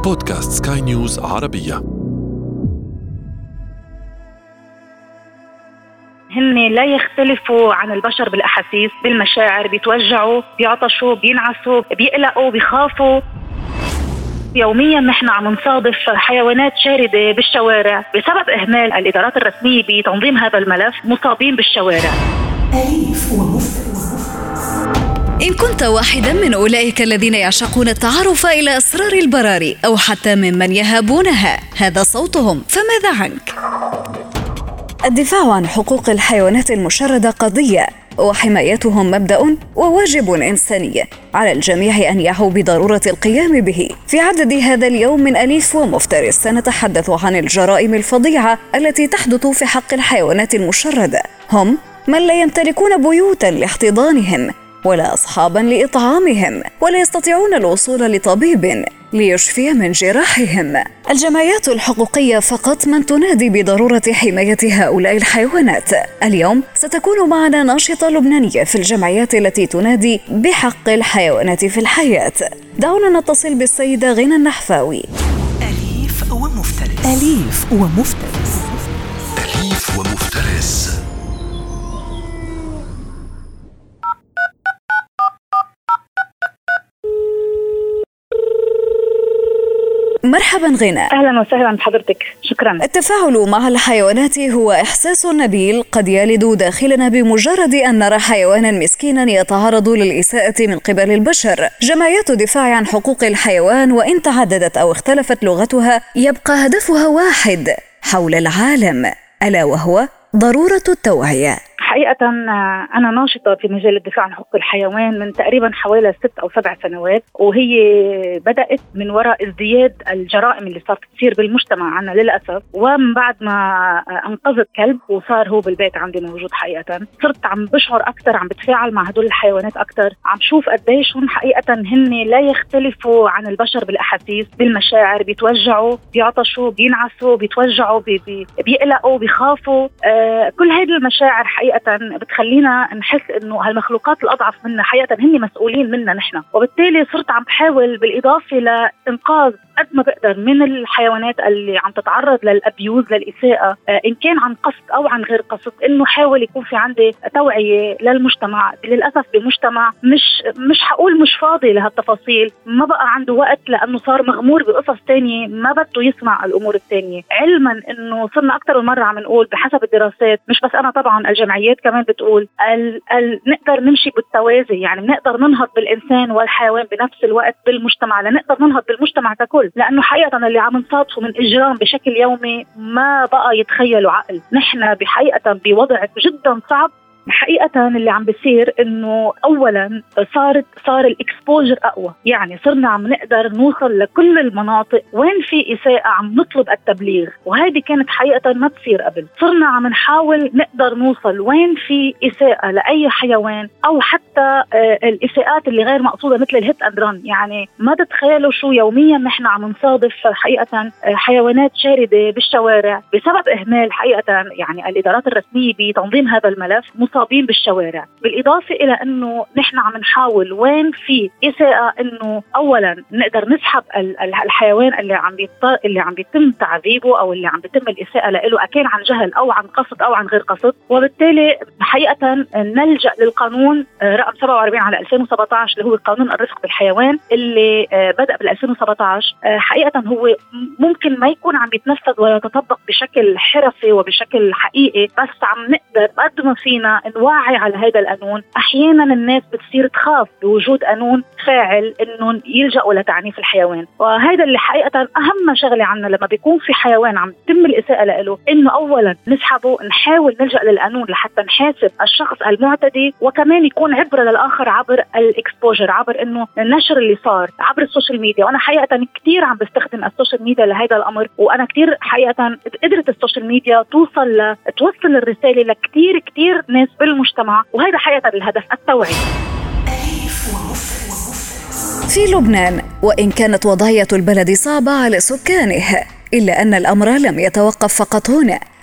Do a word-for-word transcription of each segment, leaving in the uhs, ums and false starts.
بودكاست سكاي نيوز عربية. هن لا يختلفوا عن البشر بالأحاسيس، بالمشاعر، بيتوجعوا، بيعطشوا، بينعسوا، بيقلقوا، بيخافوا. يوميا نحن عم نصادف حيوانات شاردة بالشوارع بسبب إهمال الإدارات الرسمية بتنظيم هذا الملف، مصابين بالشوارع. أليف ومفترس. إن كنت واحدا من أولئك الذين يعشقون التعرف إلى أسرار البراري أو حتى ممن يهابونها، هذا صوتهم، فماذا عنك؟ الدفاع عن حقوق الحيوانات المشردة قضية، وحمايتهم مبدأ وواجب إنساني على الجميع أن يعوا بضرورة القيام به. في عدد هذا اليوم من أليف ومفترس سنتحدث عن الجرائم الفظيعة التي تحدث في حق الحيوانات المشردة. هم من لا يمتلكون بيوتا لاحتضانهم ولا أصحابا لإطعامهم، ولا يستطيعون الوصول لطبيب ليشفي من جراحهم. الجمعيات الحقوقية فقط من تنادي بضرورة حماية هؤلاء الحيوانات. اليوم ستكون معنا ناشطة لبنانية في الجمعيات التي تنادي بحق الحيوانات في الحياة. دعونا نتصل بالسيدة غنى النحفاوي. أليف ومفترس. أليف ومفترس. أليف ومفترس. مرحبا غنى. أهلا وسهلا بحضرتك، شكرا. التفاعل مع الحيوانات هو إحساس نبيل قد يلد داخلنا بمجرد أن نرى حيوانا مسكينا يتعرض للإساءة من قبل البشر. جمعيات دفاع عن حقوق الحيوان وإن تعددت أو اختلفت لغتها يبقى هدفها واحد حول العالم، ألا وهو ضرورة التوعية. حقيقة أنا ناشطة في مجال الدفاع عن حقوق الحيوان من تقريبا حوالي ست أو سبع سنوات، وهي بدأت من وراء ازدياد الجرائم اللي صارت تصير بالمجتمع عنا للأسف. ومن بعد ما أنقذت كلب وصار هو بالبيت عندي موجود، حقيقة صرت عم بشعر أكثر، عم بتفاعل مع هدول الحيوانات أكثر، عم شوف قديش هم حقيقة هن لا يختلفوا عن البشر بالأحاسيس، بالمشاعر، بيتوجعوا، بيعطشوا، بينعسوا، بيتوجعوا، بي بي بيقلقوا، بيخافوا. آه كل هذه المشاعر حقيقة بتخلينا نحس انه هالمخلوقات الاضعف منا حقيقه هن مسؤولين منا نحن. وبالتالي صرت عم بحاول بالاضافه لانقاذ قد ما بقدر من الحيوانات اللي عم تتعرض للابيوز، للاساءه، ان كان عن قصد او عن غير قصد، انه حاول يكون في عندي توعيه للمجتمع. للاسف بمجتمع مش مش حقول مش فاضي لهالتفاصيل، ما بقى عنده وقت لانه صار مغمور بقصص تانية، ما بده يسمع الامور التانية. علما انه صرنا اكثر من مره عم نقول بحسب الدراسات، مش بس انا طبعا، الجمعيات كمان بتقول ال ال نقدر نمشي بالتوازي، يعني بنقدر ننهض بالإنسان والحيوان بنفس الوقت بالمجتمع، لنقدر ننهض بالمجتمع ككل. لأنه حقيقة اللي عم نصادفه من إجرام بشكل يومي ما بقى يتخيلوا عقل. نحن بحقيقة بوضع جدا صعب. حقيقة اللي عم بيصير انه اولا صارت صار الاكسبوجر اقوى، يعني صرنا عم نقدر نوصل لكل المناطق وين في اساءة عم نطلب التبليغ، وهذه كانت حقيقة ما تصير قبل. صرنا عم نحاول نقدر نوصل وين في اساءة لاي حيوان، او حتى آه الاساءات اللي غير مقصودة مثل الهيت اند ران. يعني ما تتخيلوا شو يوميا نحن عم نصادف حقيقة آه حيوانات شاردة بالشوارع بسبب اهمال حقيقة يعني الادارات الرسمية بتنظيم هذا الملف، مصابين بالشوارع. بالإضافة إلى أنه نحن عم نحاول وين في إساءة أنه أولا نقدر نسحب الحيوان اللي عم بيضطر اللي عم بيتم تعذيبه أو اللي عم بيتم الإساءة له، أكان عن جهل أو عن قصد أو عن غير قصد. وبالتالي حقيقة نلجأ للقانون رقم سبعة وأربعين على ألفين وسبعة عشر اللي هو قانون الرفق بالحيوان اللي بدأ بال ألفين وسبعة عشر. حقيقة هو ممكن ما يكون عم بيتنفذ ولا يتطبق بشكل حرفي وبشكل حقيقي، بس عم نقدر قد ما فينا نوعي على هذا القانون. أحيانا الناس بتصير تخاف بوجود قانون فاعل إنه يلجأوا لتعنيف الحيوان، وهذا اللي حقيقة أهم شغلة عنا لما بيكون في حيوان عم تتم الإساءة له، إنه أولا نسحبه، نحاول نلجأ للقانون لحتى نحاسب الشخص المعتدي، وكمان يكون عبرة للآخر عبر الإكسبوجر، عبر إنه النشر اللي صار عبر السوشيال ميديا. وأنا حقيقة كتير عم بستخدم السوشيال ميديا لهذا الأمر، وأنا كتير حقيقة قدرت السوشيال ميديا توصل توصل الرسالة لكتير كتير ناس بالمجتمع، وهذا حقيقة الهدف، التوعية. في لبنان وإن كانت وضعية البلد صعبة على سكانه، إلا أن الأمر لم يتوقف فقط هنا،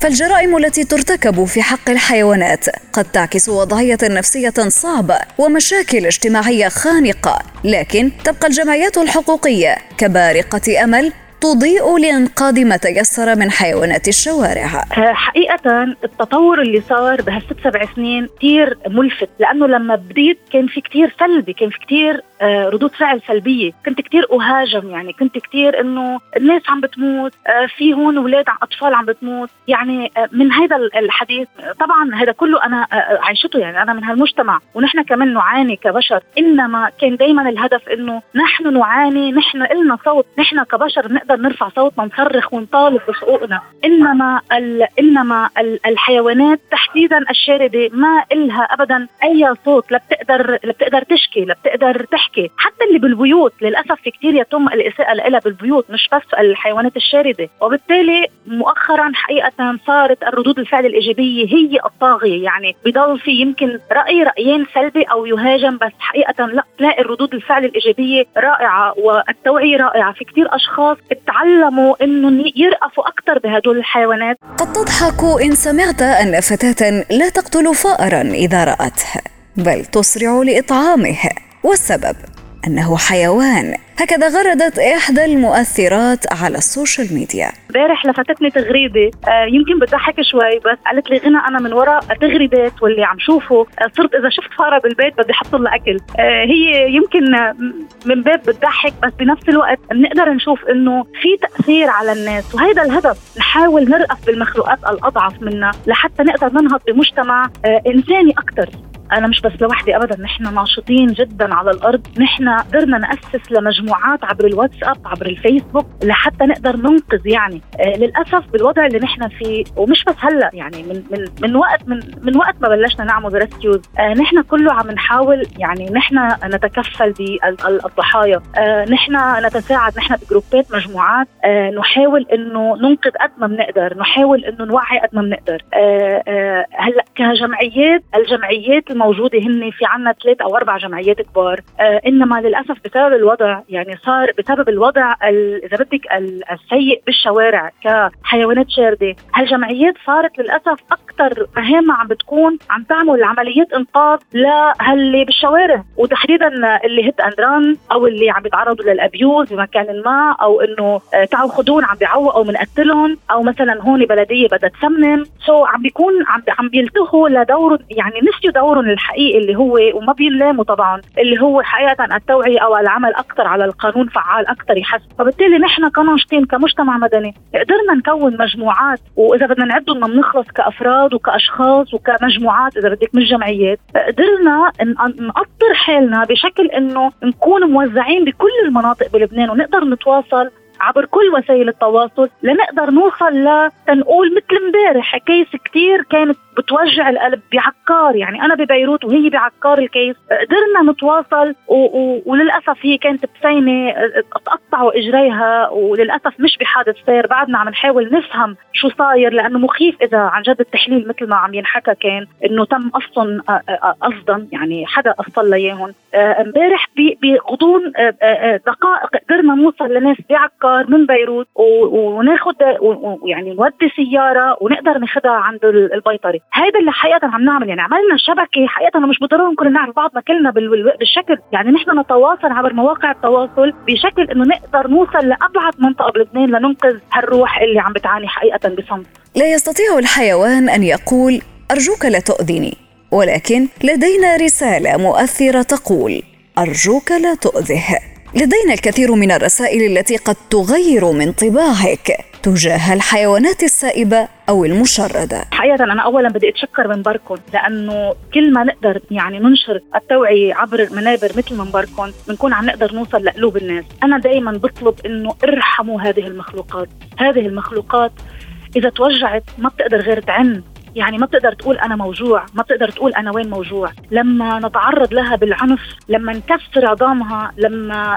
فالجرائم التي ترتكب في حق الحيوانات قد تعكس وضعية نفسية صعبة ومشاكل اجتماعية خانقة، لكن تبقى الجمعيات الحقوقية كبارقة أمل تضيء لإنقاذ ما تيسر من حيوانات الشوارع. حقيقة التطور اللي صار بهالست سبع سنين كتير ملفت، لأنه لما بديت كان في كتير سلبي، كان في كتير ردود فعل سلبية، كنت كتير أهاجم، يعني كنت كتير إنه الناس عم بتموت، في هون أولاد أطفال عم بتموت، يعني من هذا الحديث. طبعا هذا كله أنا عايشته، يعني أنا من هالمجتمع ونحن كمان نعاني كبشر، إنما كان دايما الهدف إنه نحن نعاني، نحن إلنا صوت، نحن كبشر نقدر نرفع صوتنا، نصرخ ونطالب بحقوقنا. إنما ال... إنما ال... الحيوانات تحديدا الشاردة ما إلها أبدا أي صوت، لا بتقدر لا بتقدر تشكي، لا بتقدر تحكي. حتى اللي بالبيوت للأسف في كتير يتم الإساءة لها بالبيوت، مش بس الحيوانات الشاردة. وبالتالي مؤخرا حقيقة صارت الردود الفعل الإيجابية هي الطاغية، يعني بضل في يمكن رأي رأيين سلبي أو يهاجم، بس حقيقة لا، تلاقي الردود الفعل الإيجابية رائعة والتوعية رائعة. في كتير أشخاص تعلموا إنه يرأفوا أكتر بهدول الحيوانات. قد تضحك إن سمعت أن فتاة لا تقتل فأرا إذا رأته، بل تسرع لإطعامه، والسبب أنه حيوان. هكذا غردت إحدى المؤثرات على السوشيال ميديا. امبارح لفتتني تغريدة آه يمكن بتضحك شوي، بس قالت لي غنى أنا من وراء تغريدات واللي عم شوفه آه صرت إذا شفت فارة بالبيت بدي أحط لها أكل. آه هي يمكن من باب بتضحك، بس بنفس الوقت بنقدر نشوف إنه في تأثير على الناس، وهذا الهدف، نحاول نرأف بالمخلوقات الأضعف منا لحتى نقدر ننهض بمجتمع آه إنساني أكتر. أنا مش بس لوحدي أبدا، نحن ناشطين جدا على الأرض، نحن قدرنا نأسس لمجموعات عبر الواتساب، عبر الفيسبوك، لحتى نقدر ننقذ. يعني آه للأسف بالوضع اللي نحن فيه، ومش بس هلا، يعني من من من وقت من من وقت ما بلشنا نعمل ريسكيوز، آه نحن كله عم نحاول، يعني نحن نتكفل بالضحايا، آه نحن نتساعد، نحن بجروبات مجموعات، آه نحاول إنه ننقذ قد ما بنقدر، نحاول إنه نوعي قد ما بنقدر. آه آه هلا كجمعيات، الجمعيات موجودة هن في عنا ثلاث أو أربع جمعيات كبار، آه إنما للأسف بسبب الوضع، يعني صار بسبب الوضع إذا بدك السيء بالشوارع كحيوانات شاردة، هالجمعيات صارت للأسف أكثر مهمة عم بتكون عم تعمل عمليات إنقاذ لهاللي بالشوارع، وتحديدا اللي هيت أند ران، أو اللي عم بيتعرضوا للأبيوز بمكان ما، أو إنه آه تعوا خدون عم بيعوقوا من قتلهم، أو مثلا هون بلدية بدها تسمم، سو عم بيكون عم عم بيلتهوا لدور، يعني نسيوا دورهم الحقيقي اللي هو، وما بيلاموا طبعا، اللي هو حقيقة التوعية أو العمل أكتر على القانون فعال أكتر يحس. فبالتالي نحن كناشطين كمجتمع مدني قدرنا نكون مجموعات، وإذا بدنا نعدهم ما بنخلص كأفراد وكأشخاص وكمجموعات إذا بدك مش جمعيات، قدرنا نقطر حالنا بشكل إنه نكون موزعين بكل المناطق بلبنان، ونقدر نتواصل عبر كل وسائل التواصل لنقدر نوصل لتنقول مثل امبارح كيس كتير كانت بتوجع القلب بعكار، يعني أنا ببيروت وهي بعكار الكيس، قدرنا نتواصل و... و... وللأسف هي كانت بسينة تقطعوا إجريها، وللأسف مش بحادث سير، بعدنا عم نحاول نفهم شو صاير، لأنه مخيف إذا عن جد التحليل مثل ما عم ينحكى كان إنه تم أصلا قصدا، يعني حدا أصلا ليهن. امبارح بغضون دقائق قدرنا نوصل لناس بعكار من بيروت وناخد يعني نودي سيارة ونقدر ناخدها عند البيطري. هذا اللي حقيقة عم نعمل، يعني عملنا شبكة حقيقة مش بالضرورة نكون نعرف بعضنا كلنا بالشكل، يعني نحن نتواصل عبر مواقع التواصل بشكل إنه نقدر نوصل لأبعد منطقة بلبنان لننقذ هالروح اللي عم بتعاني حقيقة بصمت. لا يستطيع الحيوان أن يقول أرجوك لا تؤذني، ولكن لدينا رسالة مؤثرة تقول أرجوك لا تؤذه. لدينا الكثير من الرسائل التي قد تغير من طباعك تجاه الحيوانات السائبة أو المشردة. حقيقة أنا أولا بدي أتشكر منبركم، لأنه كل ما نقدر يعني ننشر التوعية عبر منابر مثل منبركم بنكون عم نقدر نوصل لقلوب الناس. أنا دايما بطلب إنه ارحموا هذه المخلوقات، هذه المخلوقات إذا توجعت ما بتقدر غير تعن، يعني ما بتقدر تقول أنا موجوع، ما بتقدر تقول أنا وين موجوع. لما نتعرض لها بالعنف، لما نكسر عظامها، لما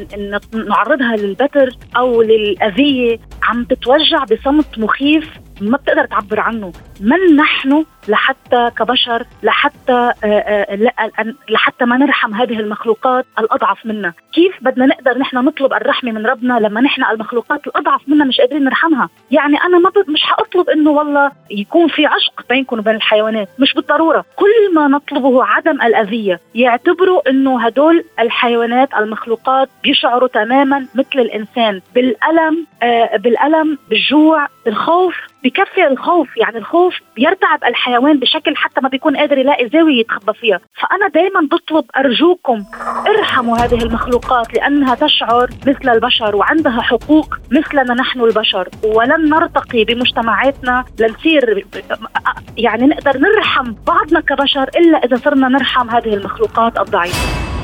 نعرضها للبتر أو للأذية، عم تتوجع بصمت مخيف ما بتقدر تعبر عنه. من نحن لحتى كبشر لحتى لحتى ما نرحم هذه المخلوقات الأضعف منا؟ كيف بدنا نقدر نحن نطلب الرحمة من ربنا لما نحن المخلوقات الأضعف منا مش قادرين نرحمها؟ يعني أنا ما مش هأطلب إنه والله يكون في عشق بينكم وبين الحيوانات، مش بالضرورة. كل ما نطلبه عدم الأذية. يعتبروا إنه هدول الحيوانات المخلوقات بيشعروا تماما مثل الإنسان بالألم، آه بالألم بالجوع بالخوف. بكفي الخوف، يعني الخوف بيرتعب الحيوان بشكل حتى ما بيكون قادر يلاقي زاوية يتخبى فيها. فأنا دايما بطلب أرجوكم ارحموا هذه المخلوقات لأنها تشعر مثل البشر وعندها حقوق مثلنا نحن البشر، ولن نرتقي بمجتمعاتنا لنصير يعني نقدر نرحم بعضنا كبشر إلا إذا صرنا نرحم هذه المخلوقات الضعيفة.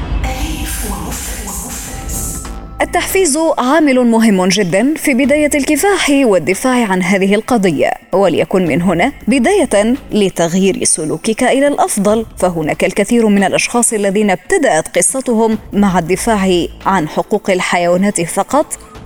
التحفيز عامل مهم جدا في بداية الكفاح والدفاع عن هذه القضية، وليكن من هنا بداية لتغيير سلوكك إلى الأفضل. فهناك الكثير من الأشخاص الذين ابتدأت قصتهم مع الدفاع عن حقوق الحيوانات فقط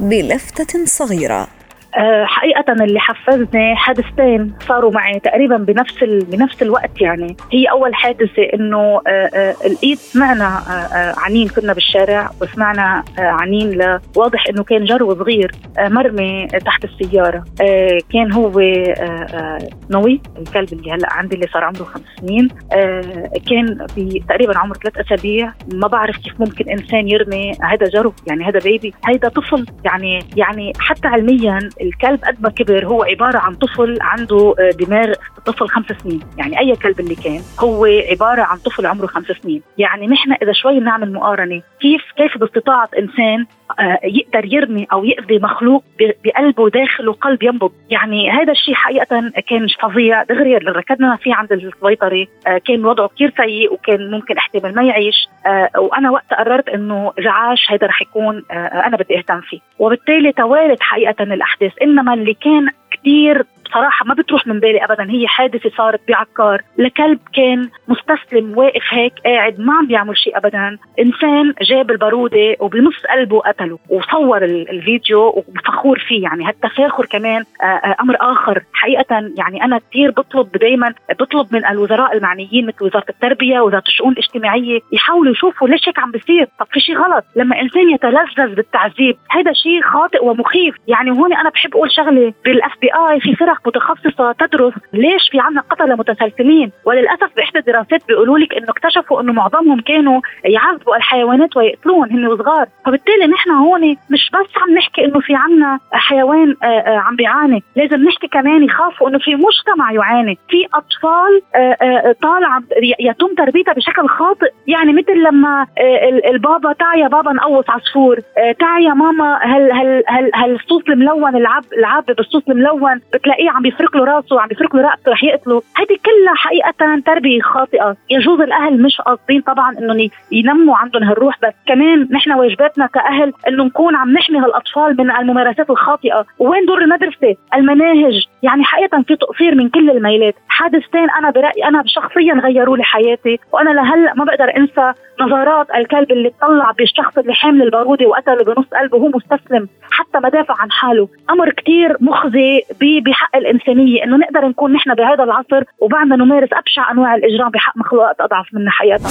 بلفتة صغيرة. أه حقيقة اللي حفزني حادثتين صاروا معي تقريبا بنفس ال... بنفس الوقت. يعني هي أول حادثة إنه أه أه لقيت سمعنا أه عنين، كنا بالشارع وسمعنا أه عنين واضح إنه كان جرو صغير أه مرمي تحت السيارة. أه كان هو أه أه نوي الكلب اللي هلأ عندي اللي صار عمره خمس سنين. أه كان تقريبا عمره ثلاث أسابيع. ما بعرف كيف ممكن إنسان يرمي هذا جرو، يعني هذا بيبي، هذا طفل. يعني يعني حتى علميا الكلب قد ما كبر هو عبارة عن طفل عنده دماغ طفل خمس سنين. يعني أي كلب اللي كان هو عبارة عن طفل عمره خمس سنين. يعني نحن إذا شوي نعمل مقارنة كيف كيف باستطاعة إنسان يقدر يرمي أو يأذي مخلوق بقلبه داخله قلب ينبض. يعني هذا الشيء حقيقة كان فظيع. دغري اللي ركضنا فيه عند السويطري كان وضعه كتير سيء وكان ممكن احتمال ما يعيش. وأنا وقت قررت إنه رعاش هذا رح يكون أنا بدي أهتم فيه، وبالتالي توالت حقيقة الأحداث. إنما اللي كان كتير بصراحة ما بتروح من بالي أبدا هي حادثة صارت بعكار لكلب كان مستسلم واقف هيك قاعد ما عم بيعمل شيء أبدا. إنسان جاب البارودة وبنص قلبه قتله وصور الفيديو وفخور فيه. يعني هالتفاخر كمان أمر آخر حقيقة. يعني أنا كتير بطلب دايما بطلب من الوزراء المعنيين مثل وزارة التربية ووزارة الشؤون الاجتماعية يحاولوا يشوفوا ليش هيك عم بيصير. طب في شيء غلط لما إنسان يتلذذ بالتعذيب؟ هذا شيء خاطئ ومخيف. يعني هون أنا بحب أقول شغلة، بالاف بي اي في فرق متخصصة تدرس ليش في عنا قتلة متسلسلين، وللأسف بإحدى الدراسات بيقولوا لك إنه اكتشفوا إنه معظمهم كانوا يعذبوا الحيوانات ويقتلون هن وصغار. فبالتالي نحن هون مش بس عم نحكي إنه في عنا حيوان عم بيعاني، لازم نحكي كمان يخافوا إنه في مجتمع يعاني، في أطفال طالعة يتم تربيتها بشكل خاطئ. يعني مثل لما البابا تعا يا بابا نقوص عصفور، تعا يا ماما هل هل هل هل الصوص الملون العب العاب بالصوص الملون بتلاقيه عم بيفرك له راسه وعم بيفرك له رقبته رح يقتله. هذه كلها حقيقة تربية خاطئة. يجوز الأهل مش قاصدين طبعا إنه ينموا عندهم هالروح، بس كمان نحن واجباتنا كأهل إنه نكون عم نحمي هالأطفال من الممارسات الخاطئة. وين دور المدرسة؟ المناهج. يعني حقيقة في تقصير من كل الميلات. حادثتين أنا برأيي أنا شخصيا غيروا لي حياتي، وأنا لهلا ما بقدر أنسى نظرات الكلب اللي طلع بالشخص اللي حامل البارودة وقتله بنص قلبه وهو مستسلم حتى ما دافع عن حاله. أمر كتير مخزي بحق الإنسانية إنه نقدر نكون نحن بهذا العصر وبعدنا نمارس أبشع أنواع الإجرام بحق مخلوقات أضعف منا حياتنا.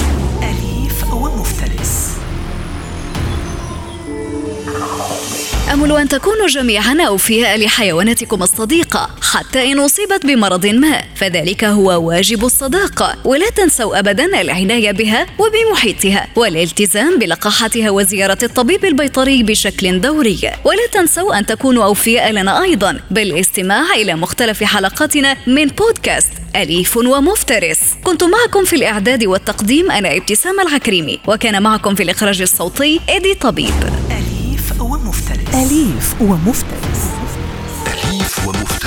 أليف ومفترس. أمل أن تكونوا جميعا أوفياء لحيواناتكم الصديقة حتى إن أصيبت بمرض ما، فذلك هو واجب الصداقة. ولا تنسوا أبدا العناية بها وبمحيطها والالتزام بلقاحتها وزيارة الطبيب البيطري بشكل دوري. ولا تنسوا أن تكونوا أوفياء لنا أيضا بالاستماع إلى مختلف حلقاتنا من بودكاست أليف ومفترس. كنت معكم في الإعداد والتقديم أنا ابتسام العكريمي، وكان معكم في الإخراج الصوتي إيدي طبيب. أليف ومفترس. أليف ومفترس. أليف ومفترس.